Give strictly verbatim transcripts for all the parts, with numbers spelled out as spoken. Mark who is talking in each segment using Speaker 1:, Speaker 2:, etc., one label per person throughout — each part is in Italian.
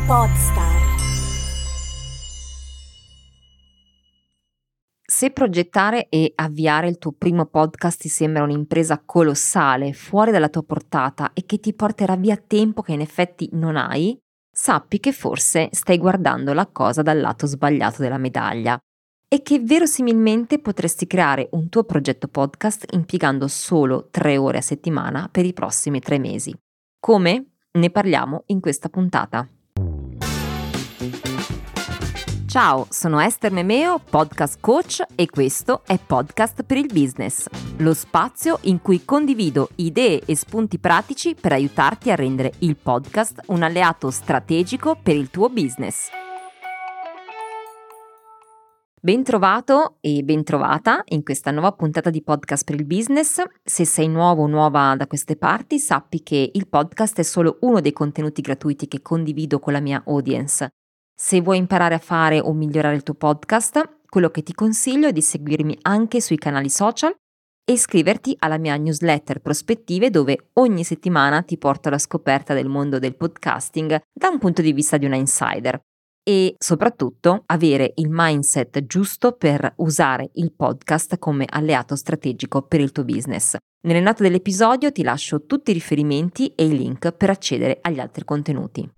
Speaker 1: Podstar.
Speaker 2: Se progettare e avviare il tuo primo podcast ti sembra un'impresa colossale, fuori dalla tua portata e che ti porterà via tempo che in effetti non hai, sappi che forse stai guardando la cosa dal lato sbagliato della medaglia e che verosimilmente potresti creare un tuo progetto podcast impiegando solo tre ore a settimana per i prossimi tre mesi. Come? Ne parliamo in questa puntata. Ciao, sono Esther Memeo, podcast coach e questo è Podcast per il Business, lo spazio in cui condivido idee e spunti pratici per aiutarti a rendere il podcast un alleato strategico per il tuo business. Bentrovato e bentrovata in questa nuova puntata di Podcast per il Business. Se sei nuovo o nuova da queste parti, sappi che il podcast è solo uno dei contenuti gratuiti che condivido con la mia audience. Se vuoi imparare a fare o migliorare il tuo podcast, quello che ti consiglio è di seguirmi anche sui canali social e iscriverti alla mia newsletter prospettive dove ogni settimana ti porto alla scoperta del mondo del podcasting da un punto di vista di una insider e soprattutto avere il mindset giusto per usare il podcast come alleato strategico per il tuo business. Nelle note dell'episodio ti lascio tutti i riferimenti e i link per accedere agli altri contenuti.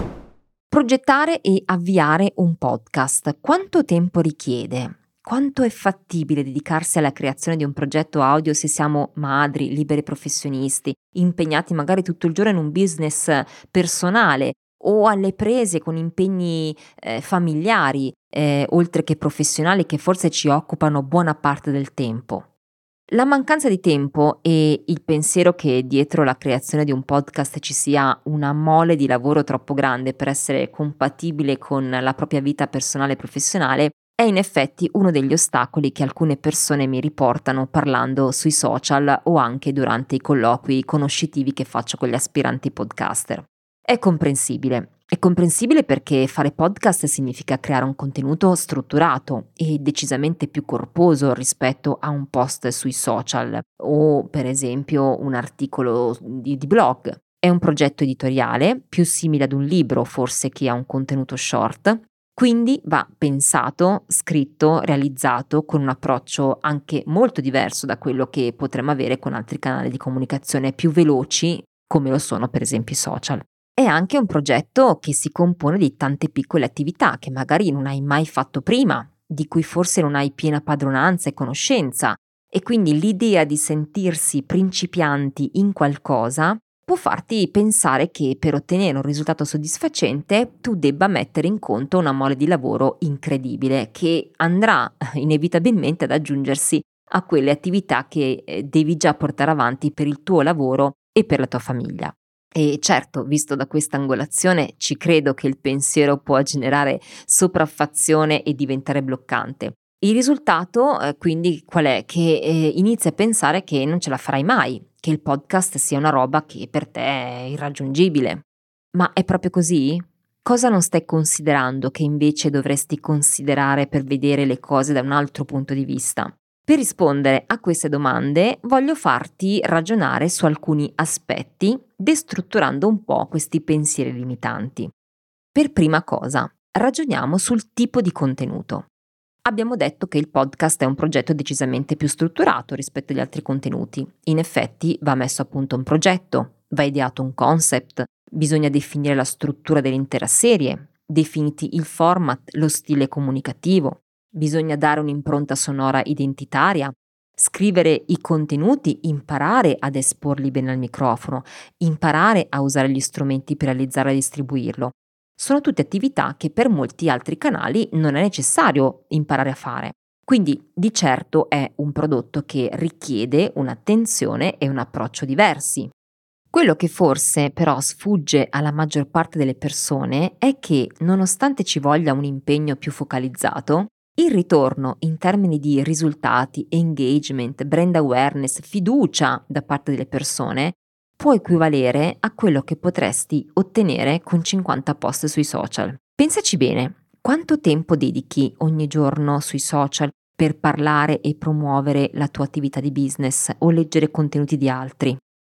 Speaker 2: Progettare e avviare un podcast. Quanto tempo richiede? Quanto è fattibile dedicarsi alla creazione di un progetto audio se siamo madri, liberi professionisti, impegnati magari tutto il giorno in un business personale o alle prese con impegni eh, familiari, eh, oltre che professionali che forse ci occupano buona parte del tempo? La mancanza di tempo e il pensiero che dietro la creazione di un podcast ci sia una mole di lavoro troppo grande per essere compatibile con la propria vita personale e professionale è in effetti uno degli ostacoli che alcune persone mi riportano parlando sui social o anche durante i colloqui conoscitivi che faccio con gli aspiranti podcaster. È comprensibile. È comprensibile perché fare podcast significa creare un contenuto strutturato e decisamente più corposo rispetto a un post sui social o per esempio un articolo di, di blog. È un progetto editoriale più simile ad un libro forse che a un contenuto short, quindi va pensato, scritto, realizzato con un approccio anche molto diverso da quello che potremmo avere con altri canali di comunicazione più veloci come lo sono per esempio i social. È anche un progetto che si compone di tante piccole attività che magari non hai mai fatto prima, di cui forse non hai piena padronanza e conoscenza, e quindi l'idea di sentirsi principianti in qualcosa può farti pensare che per ottenere un risultato soddisfacente tu debba mettere in conto una mole di lavoro incredibile che andrà inevitabilmente ad aggiungersi a quelle attività che devi già portare avanti per il tuo lavoro e per la tua famiglia. E certo, visto da questa angolazione, ci credo che il pensiero può generare sopraffazione e diventare bloccante. Il risultato, eh, quindi, qual è? Che eh, inizi a pensare che non ce la farai mai, che il podcast sia una roba che per te è irraggiungibile. Ma è proprio così? Cosa non stai considerando che invece dovresti considerare per vedere le cose da un altro punto di vista? Per rispondere a queste domande voglio farti ragionare su alcuni aspetti, destrutturando un po' questi pensieri limitanti. Per prima cosa, ragioniamo sul tipo di contenuto. Abbiamo detto che il podcast è un progetto decisamente più strutturato rispetto agli altri contenuti. In effetti va messo a punto un progetto, va ideato un concept, bisogna definire la struttura dell'intera serie, definiti il format, lo stile comunicativo. Bisogna dare un'impronta sonora identitaria, scrivere i contenuti, imparare ad esporli bene al microfono, imparare a usare gli strumenti per realizzare e distribuirlo. Sono tutte attività che per molti altri canali non è necessario imparare a fare. Quindi di certo è un prodotto che richiede un'attenzione e un approccio diversi. Quello che forse però sfugge alla maggior parte delle persone è che, nonostante ci voglia un impegno più focalizzato, il ritorno in termini di risultati, engagement, brand awareness, fiducia da parte delle persone può equivalere a quello che potresti ottenere con cinquanta post sui social. Pensaci bene, quanto tempo dedichi ogni giorno sui social per parlare e promuovere la tua attività di business o leggere contenuti di altri?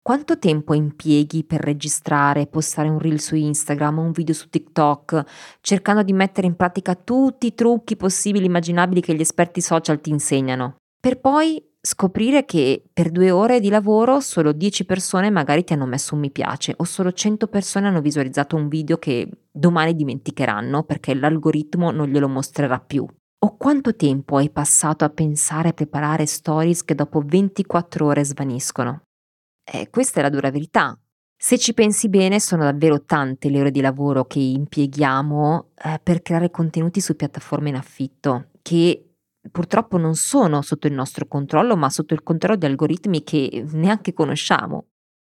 Speaker 2: quanto tempo impieghi per registrare, postare un reel su Instagram, un video su TikTok, cercando di mettere in pratica tutti i trucchi possibili e immaginabili che gli esperti social ti insegnano, per poi scoprire che per due ore di lavoro solo dieci persone magari ti hanno messo un mi piace o solo cento persone hanno visualizzato un video che domani dimenticheranno perché l'algoritmo non glielo mostrerà più. O quanto tempo hai passato a pensare e preparare stories che dopo ventiquattro ore svaniscono? Eh, questa è la dura verità. Se ci pensi bene, sono davvero tante le ore di lavoro che impieghiamo eh, per creare contenuti su piattaforme in affitto, che purtroppo non sono sotto il nostro controllo, ma sotto il controllo di algoritmi che neanche conosciamo.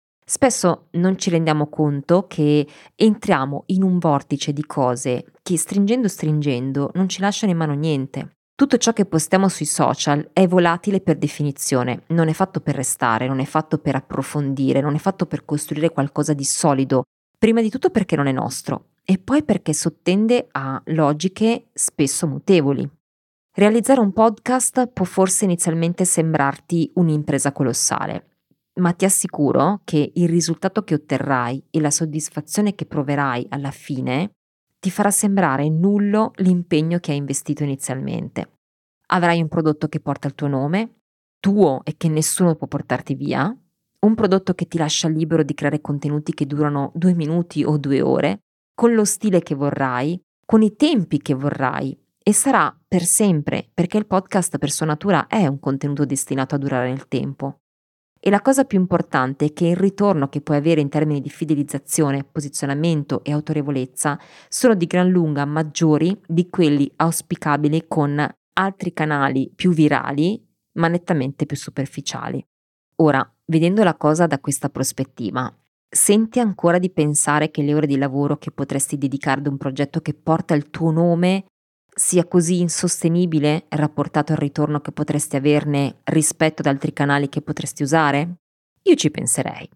Speaker 2: Spesso non ci rendiamo conto che entriamo in un vortice di cose che stringendo stringendo non ci lasciano in mano niente. Tutto ciò che postiamo sui social è volatile per definizione, non è fatto per restare, non è fatto per approfondire, non è fatto per costruire qualcosa di solido, prima di tutto perché non è nostro e poi perché sottende a logiche spesso mutevoli. Realizzare un podcast può forse inizialmente sembrarti un'impresa colossale, ma ti assicuro che il risultato che otterrai e la soddisfazione che proverai alla fine ti farà sembrare nullo l'impegno che hai investito inizialmente. Avrai un prodotto che porta il tuo nome, tuo e che nessuno può portarti via, un prodotto che ti lascia libero di creare contenuti che durano due minuti o due ore, con lo stile che vorrai, con i tempi che vorrai, e sarà per sempre, perché il podcast per sua natura è un contenuto destinato a durare nel tempo. E la cosa più importante è che il ritorno che puoi avere in termini di fidelizzazione, posizionamento e autorevolezza sono di gran lunga maggiori di quelli auspicabili con altri canali più virali, ma nettamente più superficiali. Ora, vedendo la cosa da questa prospettiva, senti ancora di pensare che le ore di lavoro che potresti dedicare ad un progetto che porta il tuo nome sia così insostenibile rapportato al ritorno che potresti averne rispetto ad altri canali che potresti usare? Io ci penserei.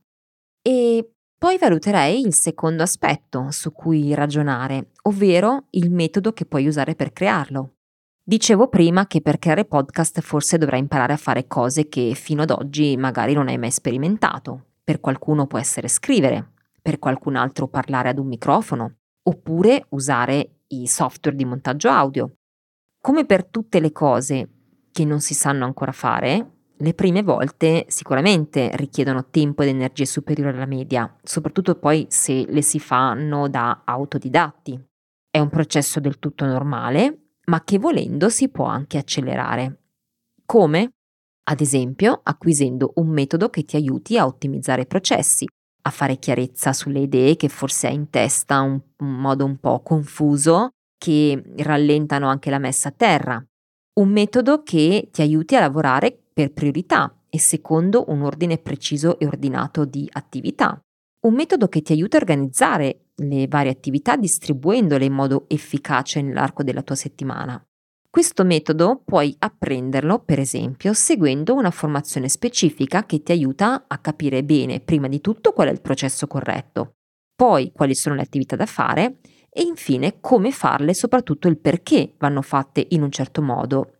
Speaker 2: E poi valuterei il secondo aspetto su cui ragionare, ovvero il metodo che puoi usare per crearlo. Dicevo prima che per creare podcast forse dovrai imparare a fare cose che fino ad oggi magari non hai mai sperimentato. Per qualcuno può essere scrivere, per qualcun altro parlare ad un microfono, oppure usare i software di montaggio audio. Come per tutte le cose che non si sanno ancora fare, le prime volte sicuramente richiedono tempo ed energie superiori alla media, soprattutto poi se le si fanno da autodidatti. È un processo del tutto normale, ma che volendo si può anche accelerare. Come? Ad esempio, acquisendo un metodo che ti aiuti a ottimizzare i processi, a fare chiarezza sulle idee che forse hai in testa un, un modo un po' confuso, che rallentano anche la messa a terra. Un metodo che ti aiuti a lavorare per priorità e secondo un ordine preciso e ordinato di attività. Un metodo che ti aiuta a organizzare le varie attività distribuendole in modo efficace nell'arco della tua settimana. Questo metodo puoi apprenderlo, per esempio, seguendo una formazione specifica che ti aiuta a capire bene, prima di tutto, qual è il processo corretto, poi quali sono le attività da fare e infine come farle, soprattutto il perché vanno fatte in un certo modo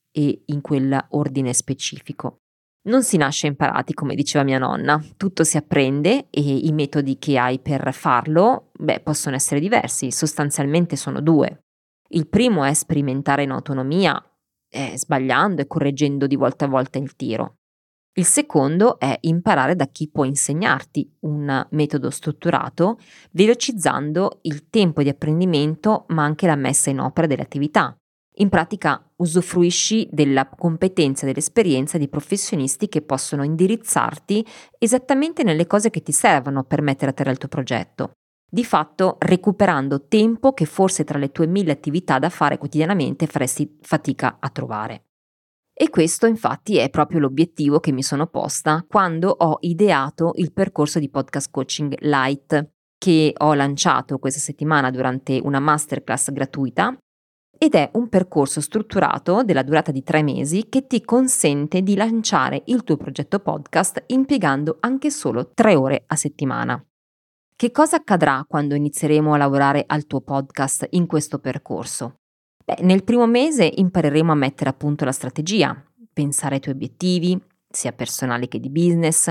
Speaker 2: e in quell'ordine specifico. Non si nasce imparati, come diceva mia nonna, tutto si apprende e i metodi che hai per farlo, beh, possono essere diversi, sostanzialmente sono due. Il primo è sperimentare in autonomia, eh, sbagliando e correggendo di volta a volta il tiro. Il secondo è imparare da chi può insegnarti un metodo strutturato, velocizzando il tempo di apprendimento ma anche la messa in opera delle attività. In pratica usufruisci della competenza e dell'esperienza di professionisti che possono indirizzarti esattamente nelle cose che ti servono per mettere a terra il tuo progetto, di fatto recuperando tempo che forse tra le tue mille attività da fare quotidianamente faresti fatica a trovare. E questo infatti è proprio l'obiettivo che mi sono posta quando ho ideato il percorso di podcast coaching Light che ho lanciato questa settimana durante una masterclass gratuita. Ed è un percorso strutturato della durata di tre mesi che ti consente di lanciare il tuo progetto podcast impiegando anche solo tre ore a settimana. Che cosa accadrà quando inizieremo a lavorare al tuo podcast in questo percorso? Beh, nel primo mese impareremo a mettere a punto la strategia, pensare ai tuoi obiettivi, sia personali che di business,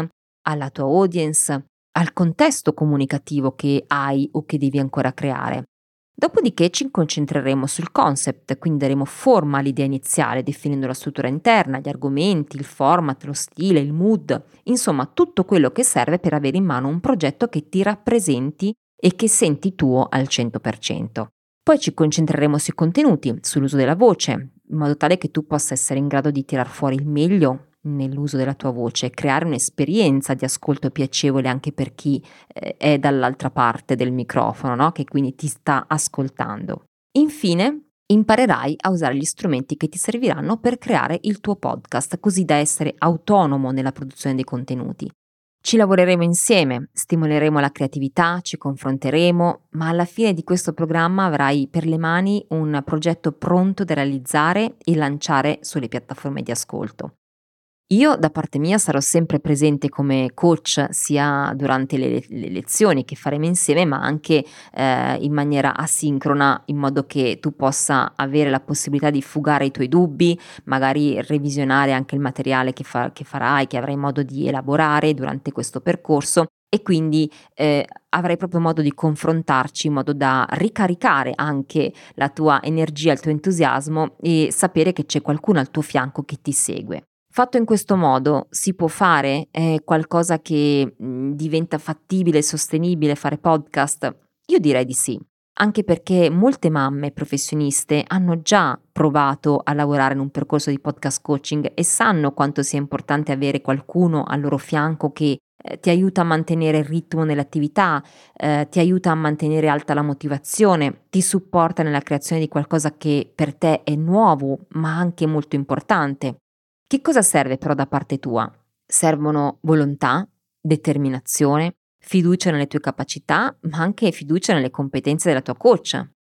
Speaker 2: alla tua audience, al contesto comunicativo che hai o che devi ancora creare. Dopodiché ci concentreremo sul concept, quindi daremo forma all'idea iniziale, definendo la struttura interna, gli argomenti, il format, lo stile, il mood, insomma tutto quello che serve per avere in mano un progetto che ti rappresenti e che senti tuo al cento per cento. Poi ci concentreremo sui contenuti, sull'uso della voce, in modo tale che tu possa essere in grado di tirar fuori il meglio nell'uso della tua voce, creare un'esperienza di ascolto piacevole anche per chi eh, è dall'altra parte del microfono, no? Che quindi ti sta ascoltando. Infine, imparerai a usare gli strumenti che ti serviranno per creare il tuo podcast, così da essere autonomo nella produzione dei contenuti. Ci lavoreremo insieme, stimoleremo la creatività, ci confronteremo, ma alla fine di questo programma avrai per le mani un progetto pronto da realizzare e lanciare sulle piattaforme di ascolto. Io da parte mia sarò sempre presente come coach sia durante le, le lezioni che faremo insieme, ma anche eh, in maniera asincrona, in modo che tu possa avere la possibilità di fugare i tuoi dubbi, magari revisionare anche il materiale che, fa, che farai, che avrai modo di elaborare durante questo percorso e quindi eh, avrai proprio modo di confrontarci in modo da ricaricare anche la tua energia, il tuo entusiasmo e sapere che c'è qualcuno al tuo fianco che ti segue. Fatto in questo modo si può fare? È qualcosa che mh, diventa fattibile e sostenibile fare podcast? Io direi di sì, anche perché molte mamme professioniste hanno già provato a lavorare in un percorso di podcast coaching e sanno quanto sia importante avere qualcuno al loro fianco che eh, ti aiuta a mantenere il ritmo nell'attività, eh, ti aiuta a mantenere alta la motivazione, ti supporta nella creazione di qualcosa che per te è nuovo ma anche molto importante. Che cosa serve però da parte tua? Servono volontà, determinazione, fiducia nelle tue capacità, ma anche fiducia nelle competenze della tua coach.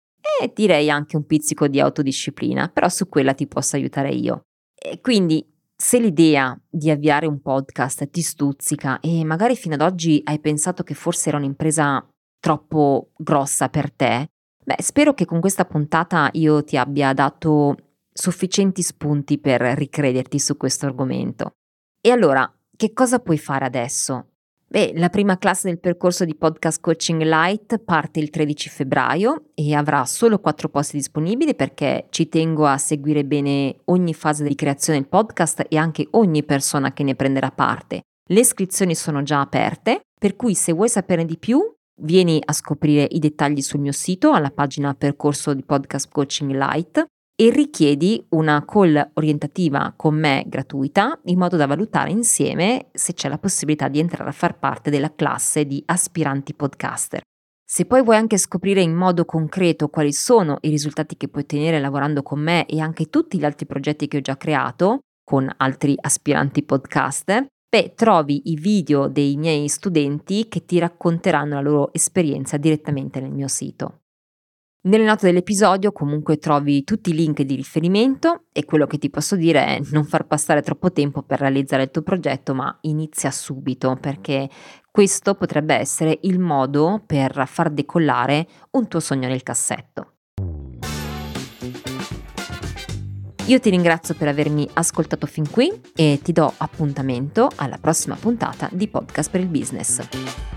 Speaker 2: E direi anche un pizzico di autodisciplina, però su quella ti posso aiutare io. E quindi, se l'idea di avviare un podcast ti stuzzica e magari fino ad oggi hai pensato che forse era un'impresa troppo grossa per te, beh, spero che con questa puntata io ti abbia dato sufficienti spunti per ricrederti su questo argomento. E allora, che cosa puoi fare adesso? Beh, la prima classe del percorso di Podcast Coaching Lite parte il tredici febbraio e avrà solo quattro posti disponibili perché ci tengo a seguire bene ogni fase di creazione del podcast e anche ogni persona che ne prenderà parte. Le iscrizioni sono già aperte, per cui se vuoi saperne di più, vieni a scoprire i dettagli sul mio sito, alla pagina percorso di Podcast Coaching Lite, e richiedi una call orientativa con me gratuita in modo da valutare insieme se c'è la possibilità di entrare a far parte della classe di aspiranti podcaster. Se poi vuoi anche scoprire in modo concreto quali sono i risultati che puoi ottenere lavorando con me e anche tutti gli altri progetti che ho già creato con altri aspiranti podcaster, beh, trovi i video dei miei studenti che ti racconteranno la loro esperienza direttamente nel mio sito. Nelle note dell'episodio comunque trovi tutti i link di riferimento e quello che ti posso dire è non far passare troppo tempo per realizzare il tuo progetto, ma inizia subito perché questo potrebbe essere il modo per far decollare un tuo sogno nel cassetto. Io ti ringrazio per avermi ascoltato fin qui e ti do appuntamento alla prossima puntata di Podcast per il Business.